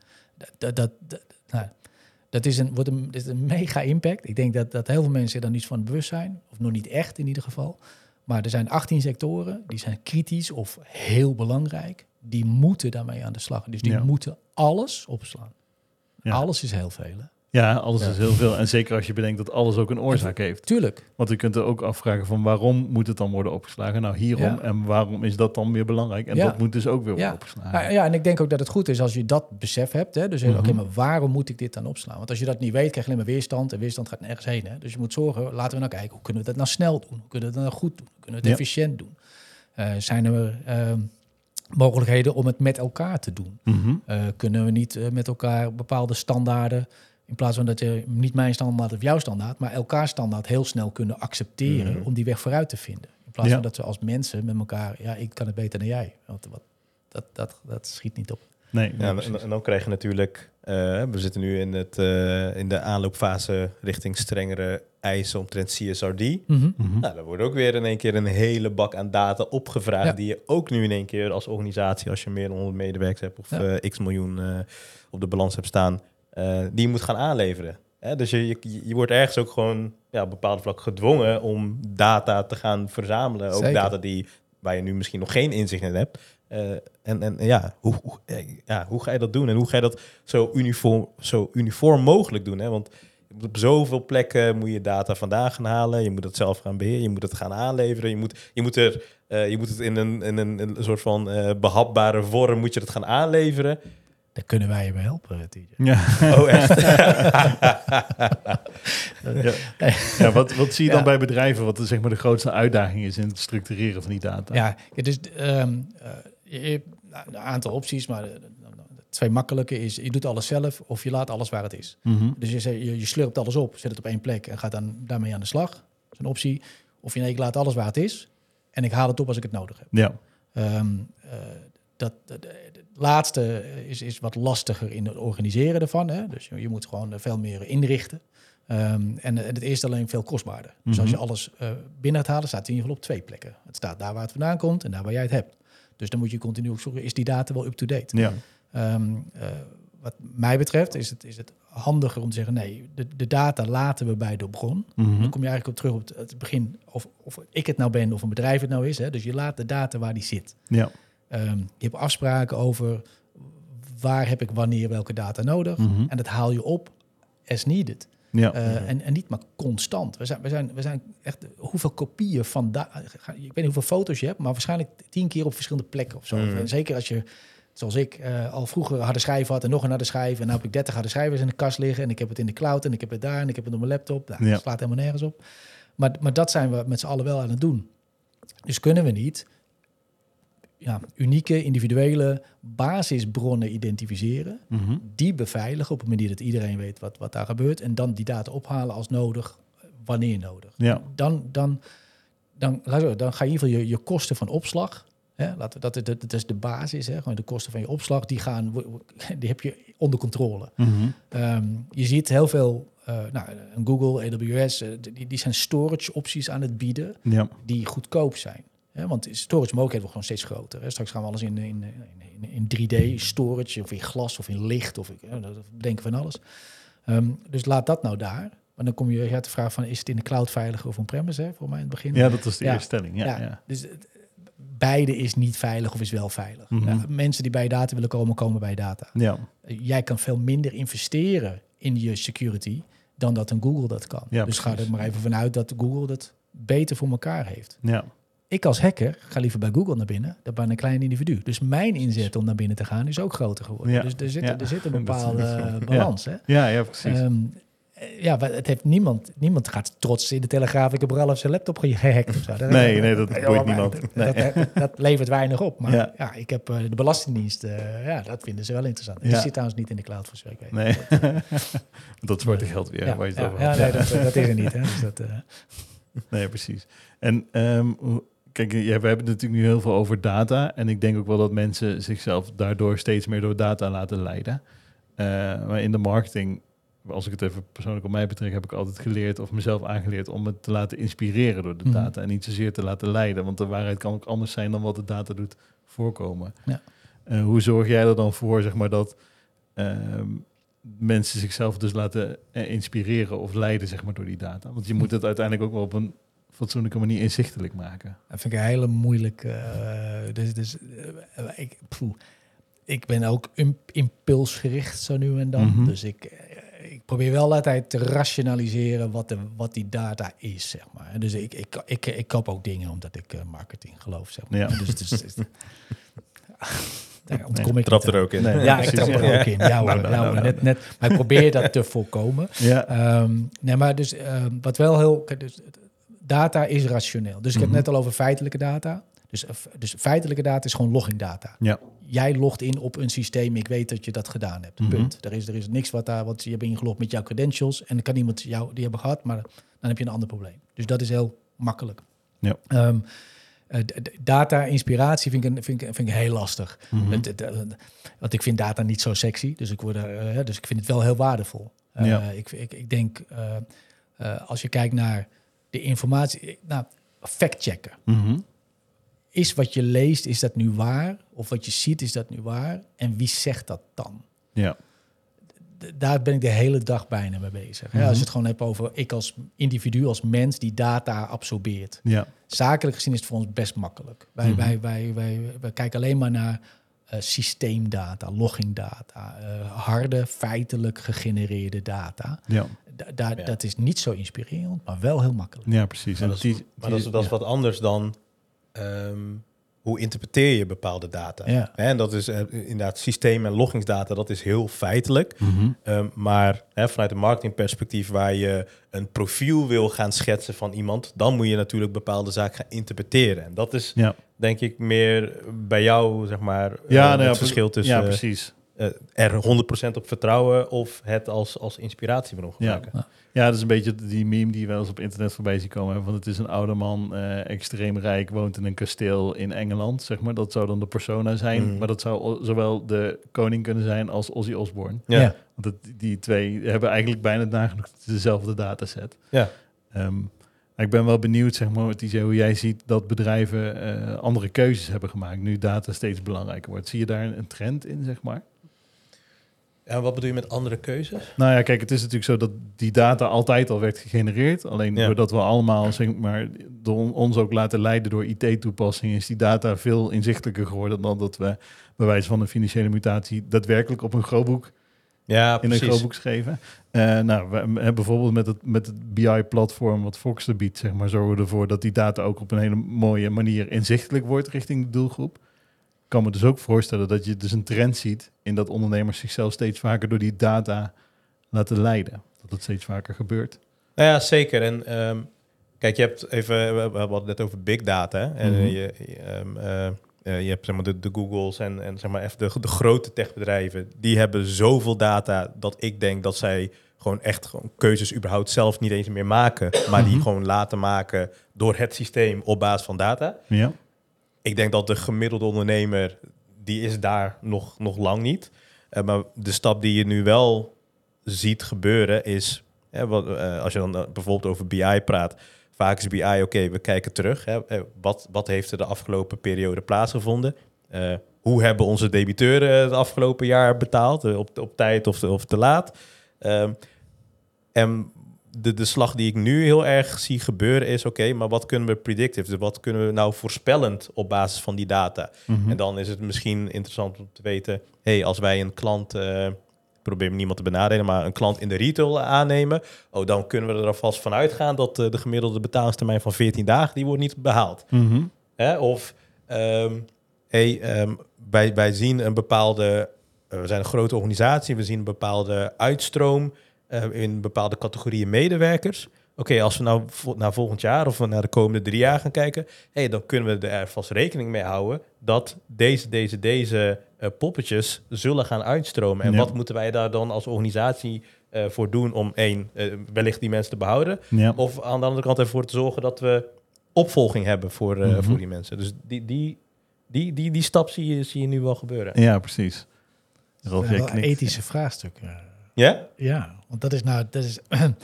Dat is een mega impact. Ik denk dat heel veel mensen er niet van bewust zijn. Of nog niet echt in ieder geval. Maar er zijn 18 sectoren, die zijn kritisch of heel belangrijk. Die moeten daarmee aan de slag. Dus die moeten alles opslaan. Ja. Alles is heel veel. Hè? Ja, alles is heel veel. En zeker als je bedenkt dat alles ook een oorzaak heeft. Tuurlijk. Want je kunt er ook afvragen van waarom moet het dan worden opgeslagen? Nou, hierom. Ja. En waarom is dat dan weer belangrijk? En dat moet dus ook weer worden opgeslagen. Ja, en ik denk ook dat het goed is als je dat besef hebt. Hè? Dus oké, maar waarom moet ik dit dan opslaan? Want als je dat niet weet, krijg je alleen maar weerstand. En weerstand gaat nergens heen. Hè? Dus je moet zorgen, laten we nou kijken, hoe kunnen we dat nou snel doen? Hoe kunnen we dat nou goed doen? Hoe kunnen we het efficiënt doen? Zijn er mogelijkheden om het met elkaar te doen? Kunnen we niet met elkaar bepaalde standaarden, in plaats van dat je niet mijn standaard of jouw standaard, maar elkaar standaard heel snel kunnen accepteren om die weg vooruit te vinden. In plaats van dat we als mensen met elkaar, ik kan het beter dan jij. Want dat schiet niet op. Nee, en dan krijg je natuurlijk, we zitten nu in de aanloopfase richting strengere eisen omtrent CSRD. Nou, daar wordt ook weer in één keer een hele bak aan data opgevraagd, die je ook nu in één keer als organisatie, als je meer dan 100 medewerkers hebt of x miljoen op de balans hebt staan, die je moet gaan aanleveren. Dus je wordt ergens ook gewoon op bepaalde vlak gedwongen om data te gaan verzamelen. Ook Zeker. data die waar je nu misschien nog geen inzicht in hebt. Hoe ga je dat doen? En hoe ga je dat zo uniform mogelijk doen? Hè? Want op zoveel plekken moet je data vandaan gaan halen. Je moet het zelf gaan beheren. Je moet het gaan aanleveren. Je moet het in een soort van behapbare vorm moet je het gaan aanleveren. Daar kunnen wij je bij helpen, TJ. Ja. Oh, echt? Ja, wat zie je dan bij bedrijven wat zeg maar de grootste uitdaging is in het structureren van die data? Ja, dus je hebt een aantal opties, maar de twee makkelijke is, je doet alles zelf of je laat alles waar het is. Mm-hmm. Dus je slurpt alles op, zet het op één plek en gaat dan daarmee aan de slag. Dat is een optie. Of ik laat alles waar het is en ik haal het op als ik het nodig heb. Ja. Het laatste is wat lastiger in het organiseren ervan. Hè? Dus je moet gewoon veel meer inrichten. En het eerste alleen veel kostbaarder. Mm-hmm. Dus als je alles binnen gaat halen, staat het in ieder geval op 2 plekken. Het staat daar waar het vandaan komt en daar waar jij het hebt. Dus dan moet je continu ook zoeken, is die data wel up-to-date? Ja. Wat mij betreft is het handiger om te zeggen, nee, de data laten we bij de bron. Mm-hmm. Dan kom je eigenlijk op terug op het begin, of ik het nou ben of een bedrijf het nou is. Hè? Dus je laat de data waar die zit. Ja. Je hebt afspraken over waar heb ik wanneer welke data nodig. Mm-hmm. En dat haal je op as needed. Ja. En niet maar constant. We zijn echt hoeveel kopieën van ik weet niet hoeveel foto's je hebt, maar waarschijnlijk 10 keer op verschillende plekken of zo. En zeker als je, zoals ik, al vroeger harde schijven had en nog een harde schijf. En nu heb ik 30 harde schijvers in de kast liggen en ik heb het in de cloud en ik heb het daar en ik heb het op mijn laptop. Nou, dat slaat helemaal nergens op. Maar dat zijn we met z'n allen wel aan het doen. Dus kunnen we niet unieke, individuele basisbronnen identificeren, mm-hmm. die beveiligen op een manier dat iedereen weet wat daar gebeurt en dan die data ophalen als nodig, wanneer nodig. Ja. Dan ga je in ieder geval je kosten van opslag, hè, dat is de basis, hè, gewoon de kosten van je opslag, die heb je onder controle. Mm-hmm. Je ziet heel veel, Google, AWS, die zijn storage opties aan het bieden, die goedkoop zijn. Ja, want storage mogelijkheden wordt gewoon steeds groter. Hè. Straks gaan we alles in 3D storage of in glas of in licht of denken van alles. Dus laat dat nou daar. Maar dan kom je uit de vraag van, is het in de cloud veiliger of on-premise? Voor mij in het begin. Ja, dat was de eerste stelling. Ja. Dus beide is niet veilig of is wel veilig. Mm-hmm. Mensen die bij je data willen komen bij je data. Ja. Jij kan veel minder investeren in je security dan dat een Google dat kan. Ja, dus ga er maar even vanuit dat Google dat beter voor elkaar heeft. Ja. Ik als hacker ga liever bij Google naar binnen dan bij een klein individu. Dus mijn inzet om naar binnen te gaan is ook groter geworden. Ja. Dus er zit een bepaalde balans. Hè? Ja, precies. Het heeft niemand gaat trots in de Telegraaf. Ik heb Ralf zijn laptop gehackt of zo. Nee, dat boeit niemand. Dat levert weinig op. Maar ik heb de Belastingdienst. Dat vinden ze wel interessant. Die zit trouwens niet in de cloud voor zover ik weet. Nee, dat zwarte geld weer. Waar je het dat is er niet. Hè? Dus nee, precies. En kijk, we hebben het natuurlijk nu heel veel over data. En ik denk ook wel dat mensen zichzelf daardoor steeds meer door data laten leiden. Maar in de marketing, als ik het even persoonlijk op mij betrek, heb ik altijd geleerd of mezelf aangeleerd om het te laten inspireren door de data. En niet zozeer te laten leiden. Want de waarheid kan ook anders zijn dan wat de data doet voorkomen. Ja. Hoe zorg jij er dan voor, zeg maar, dat mensen zichzelf dus laten inspireren of leiden, zeg maar, door die data? Want je moet het uiteindelijk ook wel op een fatsoenlijke manier inzichtelijk maken. Dat vind ik een hele moeilijke. Ik ben ook impulsgericht zo nu en dan. Mm-hmm. Dus ik probeer wel altijd te rationaliseren wat die data is, zeg maar. Dus ik koop ook dingen omdat ik marketing geloof, zeg maar. Ja. Dus daar ontkom ik trap er ook in. Nee, ja, ik trap er ook in. Ja, hoor, net. Maar ik probeer dat te voorkomen. Ja. Maar dus wat wel heel... Dus, data is rationeel. Dus ik heb het net al over feitelijke data. Dus feitelijke data is gewoon logging data. Ja. Jij logt in op een systeem, ik weet dat je dat gedaan hebt. Mm-hmm. Punt. Er is niks want je hebt ingelogd met jouw credentials en dan kan iemand jou die hebben gehad, maar dan heb je een ander probleem. Dus dat is heel makkelijk. Ja. Data-inspiratie vind ik heel lastig. Mm-hmm. Want ik vind data niet zo sexy, dus ik vind het wel heel waardevol. Ik denk, als je kijkt naar de informatie, fact-checken. Mm-hmm. Is wat je leest, is dat nu waar? Of wat je ziet, is dat nu waar? En wie zegt dat dan? Ja. daar ben ik de hele dag bijna mee bezig. Als je het gewoon hebt over ik als individu, als mens die data absorbeert. Ja. Zakelijk gezien is het voor ons best makkelijk. Wij kijken alleen maar naar systeemdata, loggingdata, harde, feitelijk gegenereerde data. Ja. Dat is niet zo inspirerend, maar wel heel makkelijk. Ja, precies. Maar dat is wat anders dan hoe interpreteer je bepaalde data. Ja. En dat is inderdaad systeem- en loggingsdata, dat is heel feitelijk. Maar vanuit een marketingperspectief waar je een profiel wil gaan schetsen van iemand, dan moet je natuurlijk bepaalde zaken gaan interpreteren. En dat is denk ik meer bij jou, zeg maar, het verschil tussen... Ja, precies. Er 100% op vertrouwen of het als inspiratiebron gebruiken. Ja, dat is een beetje die meme die je wel eens op internet voorbij ziet komen. Want het is een oude man, extreem rijk, woont in een kasteel in Engeland, zeg maar. Dat zou dan de persona zijn. Maar dat zou zowel de koning kunnen zijn als Ozzy Osbourne. Ja. Want die twee hebben eigenlijk bijna nagenoeg dezelfde dataset. Ja. Ik ben wel benieuwd, zeg maar, TJ, hoe jij ziet dat bedrijven andere keuzes hebben gemaakt. Nu data steeds belangrijker wordt. Zie je daar een trend in, zeg maar? En wat bedoel je met andere keuzes? Nou ja, kijk, het is natuurlijk zo dat die data altijd al werd gegenereerd. Alleen doordat we allemaal, zeg maar, door ons ook laten leiden door IT-toepassingen, is die data veel inzichtelijker geworden dan dat we bij wijze van een financiële mutatie daadwerkelijk op een grootboek in een grootboek schreven. We hebben bijvoorbeeld met het BI-platform wat Foxter biedt, zeg maar, zorgen we ervoor dat die data ook op een hele mooie manier inzichtelijk wordt richting de doelgroep. Ik kan me dus ook voorstellen dat je dus een trend ziet in dat ondernemers zichzelf steeds vaker door die data laten leiden. Dat het steeds vaker gebeurt. Nou ja, zeker. En kijk, je hebt even, we hadden het net over big data. Hè? En je hebt zeg maar, de Googles en zeg maar even de grote techbedrijven. Die hebben zoveel data dat ik denk dat zij gewoon keuzes überhaupt zelf niet eens meer maken. Maar die gewoon laten maken door het systeem op basis van data. Ja. Ik denk dat de gemiddelde ondernemer, die is daar nog lang niet. Maar de stap die je nu wel ziet gebeuren is, als je dan bijvoorbeeld over BI praat, vaak is BI, oké, we kijken terug. Wat heeft er de afgelopen periode plaatsgevonden? Hoe hebben onze debiteuren het afgelopen jaar betaald? Op tijd of te laat? En de slag die ik nu heel erg zie gebeuren is, oké, maar wat kunnen we predictive? Dus wat kunnen we nou voorspellend op basis van die data? En dan is het misschien interessant om te weten, als wij een klant, probeer niemand te benadelen, maar een klant in de retail aannemen, dan kunnen we er alvast van uitgaan dat de gemiddelde betalingstermijn van 14 dagen, die wordt niet behaald. Wij zien een bepaalde, we zijn een grote organisatie, we zien een bepaalde uitstroom in bepaalde categorieën medewerkers. Oké, als we nou naar volgend jaar of naar de komende 3 jaar gaan kijken, dan kunnen we er vast rekening mee houden dat deze poppetjes zullen gaan uitstromen. En wat moeten wij daar dan als organisatie voor doen om wellicht die mensen te behouden? Ja. Of aan de andere kant ervoor te zorgen dat we opvolging hebben voor die mensen. Dus die stap zie je nu wel gebeuren. Ja, precies. Dat zijn wel ethische vraagstukken. Ja? Ja, want dat is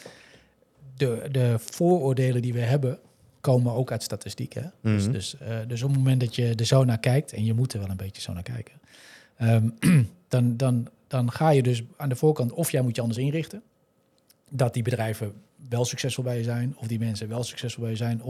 de vooroordelen die we hebben, komen ook uit statistiek. Hè? Dus op het moment dat je er zo naar kijkt, en je moet er wel een beetje zo naar kijken, dan ga je dus aan de voorkant, of jij moet je anders inrichten, dat die bedrijven wel succesvol bij je zijn, of die mensen wel succesvol bij je zijn,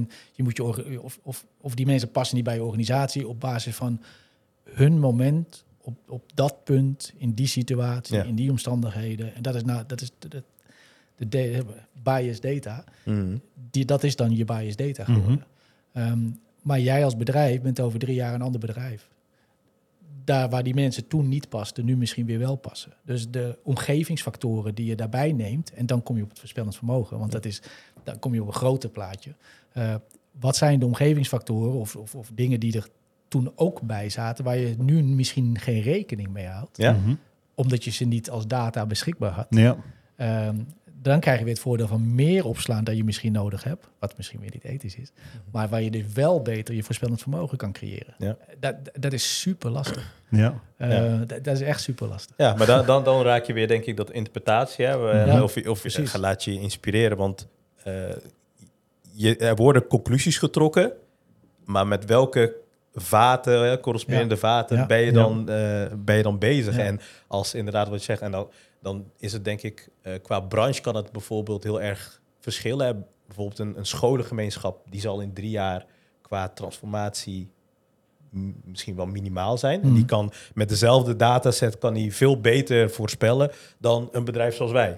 of die mensen passen niet bij je organisatie op basis van hun moment op dat punt, in die situatie, in die omstandigheden. En dat is de bias data. Dat is dan je bias data geworden. Maar jij als bedrijf bent over 3 jaar een ander bedrijf. Daar waar die mensen toen niet pasten, nu misschien weer wel passen. Dus de omgevingsfactoren die je daarbij neemt, en dan kom je op het voorspellend vermogen, want dan kom je op een groter plaatje. Wat zijn de omgevingsfactoren of dingen die er toen ook bij zaten, waar je nu misschien geen rekening mee houdt, omdat je ze niet als data beschikbaar had. Ja. Dan krijg je weer het voordeel van meer opslaan dan je misschien nodig hebt, wat misschien weer niet ethisch is, maar waar je dus wel beter je voorspellend vermogen kan creëren. Ja. Dat is super lastig. Ja. Dat is echt super lastig. Ja, maar dan raak je weer, denk ik, dat interpretatie. Hè? Of je laat je inspireren, want er worden conclusies getrokken, maar met welke vaten, corresponderende vaten, ben je dan bezig. Ja. En als inderdaad wat je zegt, en dan is het denk ik, qua branche kan het bijvoorbeeld heel erg verschillen. Bijvoorbeeld een scholengemeenschap, die zal in 3 jaar qua transformatie misschien wel minimaal zijn. En die kan met dezelfde dataset kan die veel beter voorspellen dan een bedrijf zoals wij.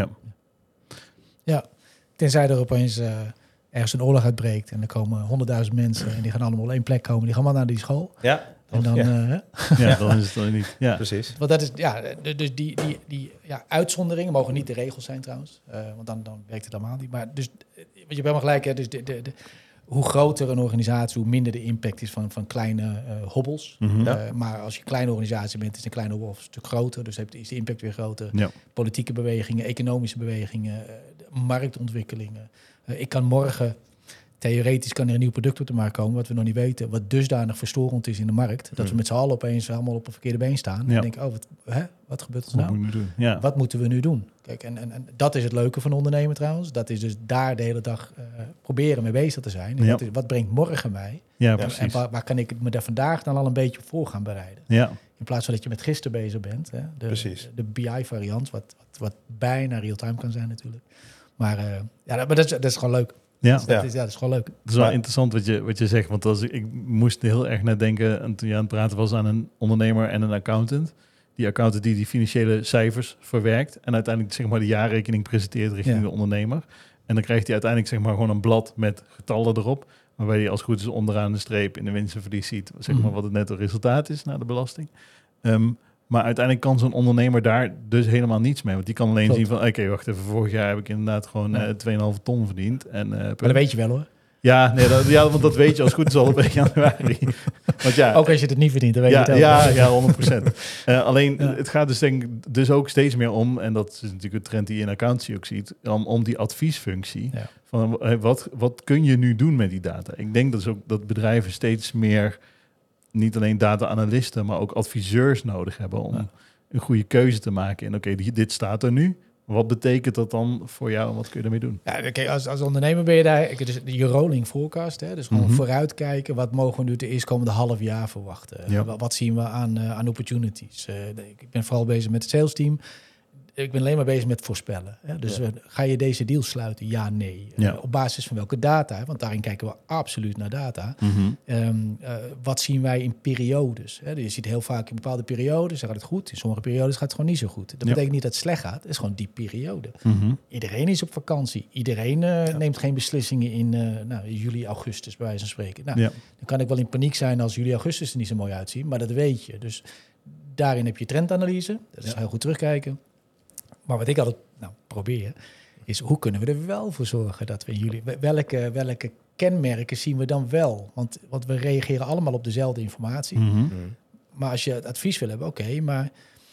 Ja. Tenzij er opeens ergens een oorlog uitbreekt en er komen 100.000 mensen en die gaan allemaal op één plek komen. Die gaan allemaal naar die school. Ja. En dan, Dan is het dan niet. Ja, precies. Want dat is, dus die uitzonderingen mogen niet de regels zijn trouwens. Want dan werkt het allemaal niet. Maar dus, want je hebt helemaal gelijk, hè, dus hoe groter een organisatie, hoe minder de impact is van kleine hobbels. Maar als je een kleine organisatie bent, is een kleine hobbel een stuk groter. Dus is de impact weer groter. Ja. Politieke bewegingen, economische bewegingen, marktontwikkelingen. Ik kan morgen, theoretisch kan er een nieuw product op de markt komen, wat we nog niet weten, wat dusdanig verstorend is in de markt, dat we met z'n allen opeens allemaal op een verkeerde been staan. En denken, wat gebeurt er nou? Wat moeten we doen? Ja. Wat moeten we nu doen? Kijk, en dat is het leuke van ondernemen trouwens. Dat is dus daar de hele dag proberen mee bezig te zijn. En wat brengt morgen mij? Ja, En precies. waar kan ik me daar vandaag dan al een beetje op voor gaan bereiden? Ja. In plaats van dat je met gisteren bezig bent. Hè? De BI-variant, wat bijna real-time kan zijn natuurlijk. Maar, maar dat is gewoon leuk. Ja. Dat is gewoon leuk. Het is wel interessant wat je zegt, want ik moest heel erg net denken toen je aan het praten was aan een ondernemer en een accountant. Die accountant die financiële cijfers verwerkt en uiteindelijk zeg maar de jaarrekening presenteert richting de ondernemer. En dan krijgt hij uiteindelijk zeg maar gewoon een blad met getallen erop, waarbij hij als het goed is onderaan de streep in de winst en verlies ziet, zeg maar wat het netto resultaat is na de belasting. Maar uiteindelijk kan zo'n ondernemer daar dus helemaal niets mee. Want die kan alleen zien van, oké, wacht even, vorig jaar heb ik inderdaad gewoon 2,5 ton verdiend. Maar dat weet je wel hoor. Ja, want dat weet je als het goed is al op 1 januari. Want ook als je het niet verdient, dan weet je het ook. Ja, 100%. Alleen, het gaat dus denk ik dus ook steeds meer om, en dat is natuurlijk een trend die je in accountancy ook ziet, om die adviesfunctie. Ja. Van, wat kun je nu doen met die data? Ik denk dus ook dat bedrijven steeds meer niet alleen data-analysten, maar ook adviseurs nodig hebben om een goede keuze te maken. En oké, dit staat er nu. Wat betekent dat dan voor jou en wat kun je ermee doen? Ja, okay, als ondernemer ben je daar, dus je rolling forecast, hè, dus gewoon vooruitkijken. Wat mogen we nu de eerstkomende half jaar verwachten? Ja. Wat zien we aan opportunities? Ik ben vooral bezig met het sales team. Ik ben alleen maar bezig met voorspellen. Hè? Dus ga je deze deal sluiten? Ja, nee. Op basis van welke data? Want daarin kijken we absoluut naar data. Wat zien wij in periodes? Hè? Je ziet heel vaak in bepaalde periodes gaat het goed. In sommige periodes gaat het gewoon niet zo goed. Dat betekent niet dat het slecht gaat. Het is gewoon die periode. Iedereen is op vakantie. Iedereen neemt geen beslissingen in juli, augustus, bij wijze van spreken. Dan kan ik wel in paniek zijn als juli, augustus er niet zo mooi uitzien. Maar dat weet je. Dus daarin heb je trendanalyse. Dat is heel goed terugkijken. Maar wat ik altijd probeer, is hoe kunnen we er wel voor zorgen dat we in juli... Welke kenmerken zien we dan wel? Want we reageren allemaal op dezelfde informatie. Maar als je het advies wil hebben, oké, maar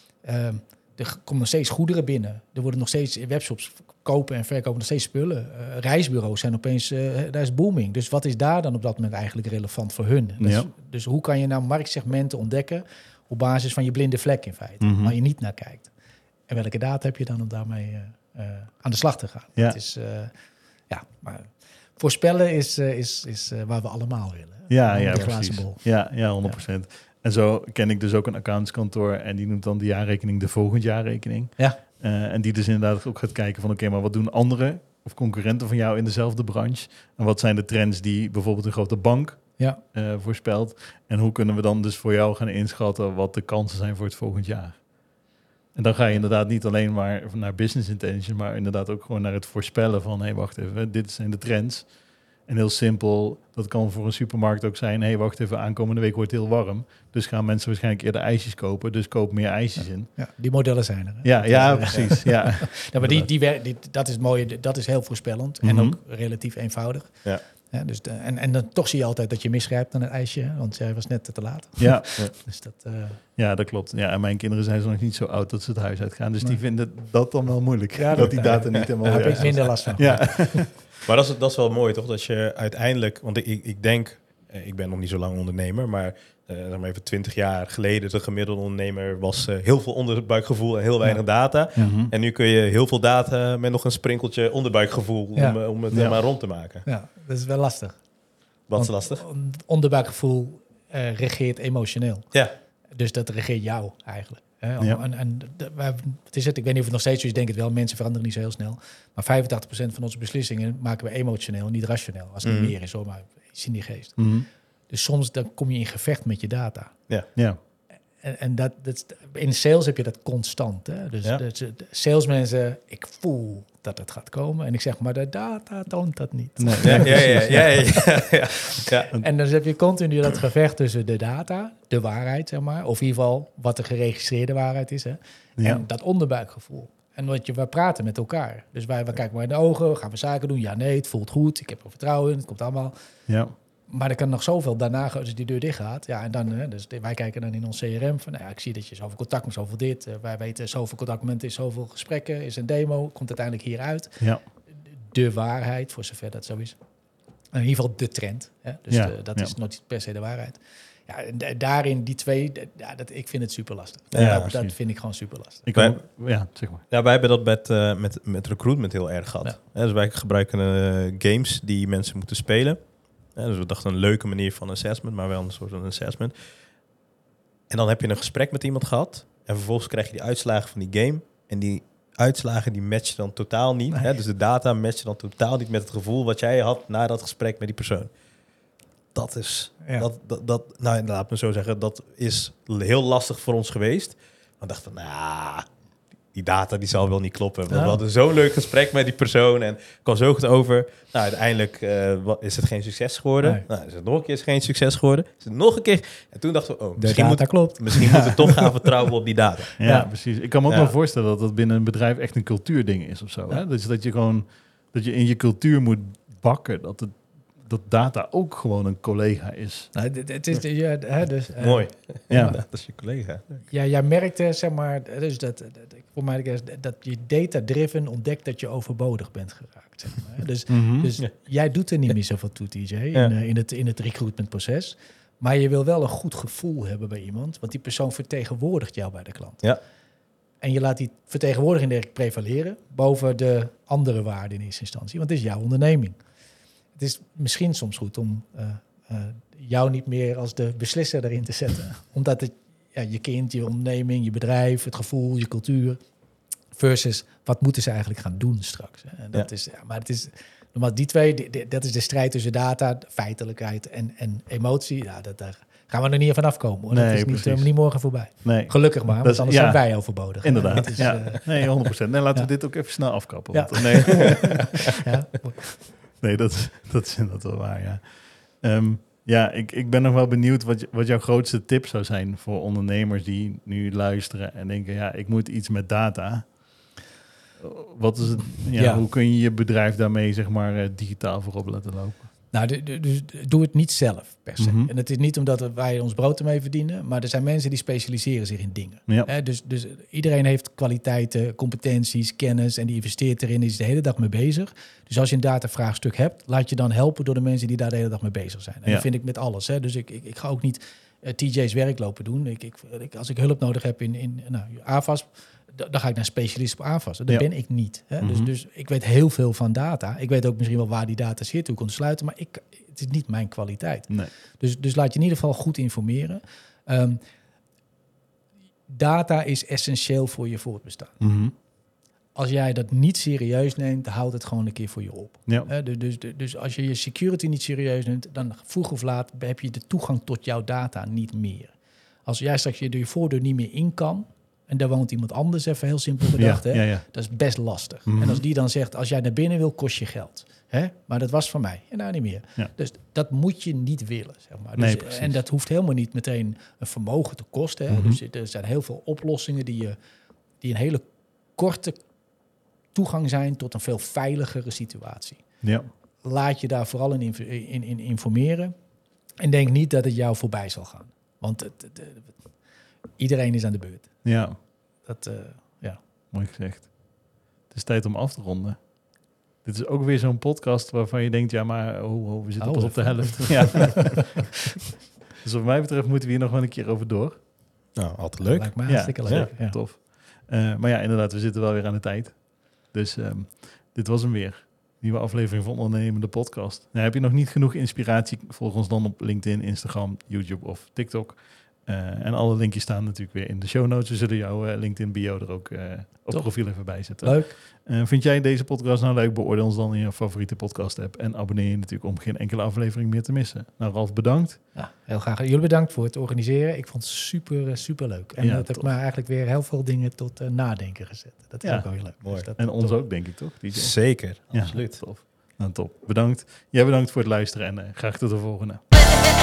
er komen nog steeds goederen binnen. Er worden nog steeds webshops kopen en verkopen nog steeds spullen. Reisbureaus zijn opeens, daar is booming. Dus wat is daar dan op dat moment eigenlijk relevant voor hun? Dus hoe kan je nou marktsegmenten ontdekken op basis van je blinde vlek in feite, waar je niet naar kijkt? En welke data heb je dan om daarmee aan de slag te gaan? Ja. Het is, maar voorspellen is waar we allemaal willen. Ja, precies. Ja, 100%. En zo ken ik dus ook een accountskantoor en die noemt dan de jaarrekening de volgend jaarrekening. Ja. En die dus inderdaad ook gaat kijken van oké, maar wat doen anderen of concurrenten van jou in dezelfde branche? En wat zijn de trends die bijvoorbeeld een grote bank voorspelt? En hoe kunnen we dan dus voor jou gaan inschatten wat de kansen zijn voor het volgend jaar? En dan ga je inderdaad niet alleen maar naar business intelligence, maar inderdaad ook gewoon naar het voorspellen van, wacht even, dit zijn de trends. En heel simpel, dat kan voor een supermarkt ook zijn, wacht even, aankomende week wordt het heel warm. Dus gaan mensen waarschijnlijk eerder ijsjes kopen, dus koop meer ijsjes in. Ja, die modellen zijn er. Hè? Precies. Ja. Maar dat is het mooie, dat is heel voorspellend en ook relatief eenvoudig. Ja. Ja, dus en dan toch zie je altijd dat je misgrijpt aan het ijsje, want jij was net te laat. Ja, dus dat klopt. Ja, en mijn kinderen zijn nog niet zo oud dat ze het huis uitgaan, dus die vinden dat dan wel moeilijk. Ja, dat die data niet helemaal. Daar heb ik minder last van. Ja. Maar dat is wel mooi, toch? Dat je uiteindelijk, want ik denk, ik ben nog niet zo lang ondernemer, maar zeg maar even 20 jaar geleden, de gemiddelde ondernemer was heel veel onderbuikgevoel en heel weinig data. En nu kun je heel veel data met nog een sprinkeltje onderbuikgevoel om het maar rond te maken. Ja, dat is wel lastig. Wat is lastig? Onderbuikgevoel regeert emotioneel. Ja. Dus dat regeert jou eigenlijk. Hè? Ja. Het is het, ik weet niet of het nog steeds zo is, ik denk het wel. Mensen veranderen niet zo heel snel. Maar 85% van onze beslissingen maken we emotioneel, niet rationeel. Als het meer is, hoor, maar iets in die geest. Mm-hmm. Dus soms dan kom je in gevecht met je data. Ja. En dat in sales heb je dat constant. Hè? Dus Ja. de salesmensen, ik voel dat het gaat komen. En ik zeg, maar de data toont dat niet. Nee. Ja. En dan heb je continu dat gevecht tussen de data, de waarheid, zeg maar. Of in ieder geval wat de geregistreerde waarheid is. Hè? Ja. En dat onderbuikgevoel. En we praten met elkaar. Dus wij kijken maar in de ogen, gaan we zaken doen? Ja, nee, het voelt goed. Ik heb er vertrouwen in, het komt allemaal. Ja. Maar er kan nog zoveel daarna, als die deur dicht gaat. Ja, en dan, dus wij kijken dan in ons CRM van, nou ja, ik zie dat je zoveel contact met zoveel dit. Wij weten zoveel contactmomenten is zoveel gesprekken, is een demo, komt uiteindelijk hieruit. Ja. De waarheid, voor zover dat zo is. In ieder geval de trend. Hè? Dus Ja, dat ja. is nooit per se de waarheid. Ja, en daarin die twee, ik vind het super lastig. Ja, dat precies. vind ik gewoon super lastig. Ik kan, ja, zeg maar. Ja, wij hebben dat met recruitment heel erg gehad. Ja. Dus wij gebruiken games die mensen moeten spelen. Dus we dachten een leuke manier van assessment, maar wel een soort van assessment. En dan heb je een gesprek met iemand gehad. En vervolgens krijg je die uitslagen van die game. En die uitslagen die matchen dan totaal niet. Nee. Dus de data matchen dan totaal niet met het gevoel wat jij had na dat gesprek met die persoon. Dat is, Ja. nou laat me zo zeggen, dat is heel lastig voor ons geweest. We dachten van, die data die zal wel niet kloppen. Want Ja. we hadden zo'n leuk gesprek met die persoon en kwam zo goed over. Nou, uiteindelijk is het geen succes geworden. Nee. Nou, is het nog een keer geen succes geworden. Is het nog een keer. En toen dachten we, Misschien klopt. misschien moeten we toch gaan vertrouwen op die data. Ja, Ja. precies. Ik kan me ook wel voorstellen dat dat binnen een bedrijf echt een cultuurding is of zo. Ja. Hè? Dus dat je gewoon dat je in je cultuur moet bakken dat data ook gewoon een collega is. Nou, het is, dus, Mooi. Ja. Dat is je collega. Ja, jij merkte, zeg maar, dus voor mij dat je data-driven ontdekt dat je overbodig bent geraakt. Zeg maar. Dus, Mhm. dus jij doet er niet meer zoveel toe, TJ, Ja. in het recruitmentproces. Maar je wil wel een goed gevoel hebben bij iemand, want die persoon vertegenwoordigt jou bij de klant. Ja. En je laat die vertegenwoordiging prevaleren boven de andere waarden in eerste instantie, want het is jouw onderneming. Het is misschien soms goed om jou niet meer als de beslisser erin te zetten. Omdat het je kind, je onderneming, je bedrijf, het gevoel, je cultuur, versus wat moeten ze eigenlijk gaan doen straks. En dat is, maar het is, maar die twee, dat is de strijd tussen data, feitelijkheid en emotie. Ja, daar gaan we er niet van afkomen. Hoor. Nee, dat is niet morgen voorbij. Nee. Gelukkig maar, want anders zijn wij overbodig. Inderdaad. Het is, ja. Nee, 100%. Nee, laten we Ja. dit ook even snel afkappen. Ja. Want, nee, ja. nee dat is inderdaad wel waar, ja. Ik ben nog wel benieuwd wat jouw grootste tip zou zijn voor ondernemers die nu luisteren en denken, ja, ik moet iets met data. Wat is het? Ja. Hoe kun je je bedrijf daarmee, zeg maar, digitaal voorop laten lopen? Nou, dus doe het niet zelf per se. Mhm. En het is niet omdat wij ons brood ermee verdienen, maar er zijn mensen die specialiseren zich in dingen. Ja. Dus iedereen heeft kwaliteiten, competenties, kennis en die investeert erin, is de hele dag mee bezig. Dus als je een datavraagstuk hebt, laat je dan helpen door de mensen die daar de hele dag mee bezig zijn. En Ja. dat vind ik met alles. Hè. Dus ik ga ook niet TJ's werk lopen doen. Als ik hulp nodig heb in AVAS, dan ga ik naar een specialist op AVAS. Dat ben ik niet. Hè. Mhm. Dus ik weet heel veel van data. Ik weet ook misschien wel waar die data zit, hoe ik kon sluiten, maar het is niet mijn kwaliteit. Nee. Dus laat je in ieder geval goed informeren. Data is essentieel voor je voortbestaan. Mhm. Als jij dat niet serieus neemt, houd het gewoon een keer voor je op. Ja. Dus als je je security niet serieus neemt, dan vroeg of laat heb je de toegang tot jouw data niet meer. Als jij straks je voordeur niet meer in kan, en daar woont iemand anders, even heel simpel bedacht, hè? Ja. Dat is best lastig. Mhm. En als die dan zegt, als jij naar binnen wil, kost je geld. Hè? Maar dat was van mij. En nou niet meer. Ja. Dus dat moet je niet willen, zeg maar. Nee, Dus, precies. en dat hoeft helemaal niet meteen een vermogen te kosten. Hè? Mhm. Dus er zijn heel veel oplossingen die een hele korte toegang zijn tot een veel veiligere situatie. Ja. Laat je daar vooral in informeren. En denk niet dat het jou voorbij zal gaan. Want iedereen is aan de beurt. Ja. Ja. Mooi gezegd. Het is tijd om af te ronden. Dit is ook weer zo'n podcast waarvan je denkt, ja, maar we zitten pas op de helft. Ja. Dus wat mij betreft moeten we hier nog wel een keer over door. Nou, altijd leuk. Lijkt me hartstikke leuk. Ja. Tof. Maar ja, inderdaad, we zitten wel weer aan de tijd. Dus dit was hem weer. Nieuwe aflevering van Ondernemende Podcast. Nou, heb je nog niet genoeg inspiratie? Volg ons dan op LinkedIn, Instagram, YouTube of TikTok. En alle linkjes staan natuurlijk weer in de show notes. We zullen jouw LinkedIn bio er ook op profiel even bij zetten. Leuk. Vind jij deze podcast nou leuk? Beoordeel ons dan in je favoriete podcast app. En abonneer je natuurlijk om geen enkele aflevering meer te missen. Nou, Ralf, bedankt. Ja, heel graag. Jullie bedankt voor het organiseren. Ik vond het super leuk. En het heeft me eigenlijk weer heel veel dingen tot nadenken gezet. Dat is ook wel heel leuk. Mooi. Dus dat En ons top. ook, denk ik, toch? DJ? Zeker, absoluut. Ja, tof. Nou, top. Bedankt. Jij bedankt voor het luisteren en graag tot de volgende.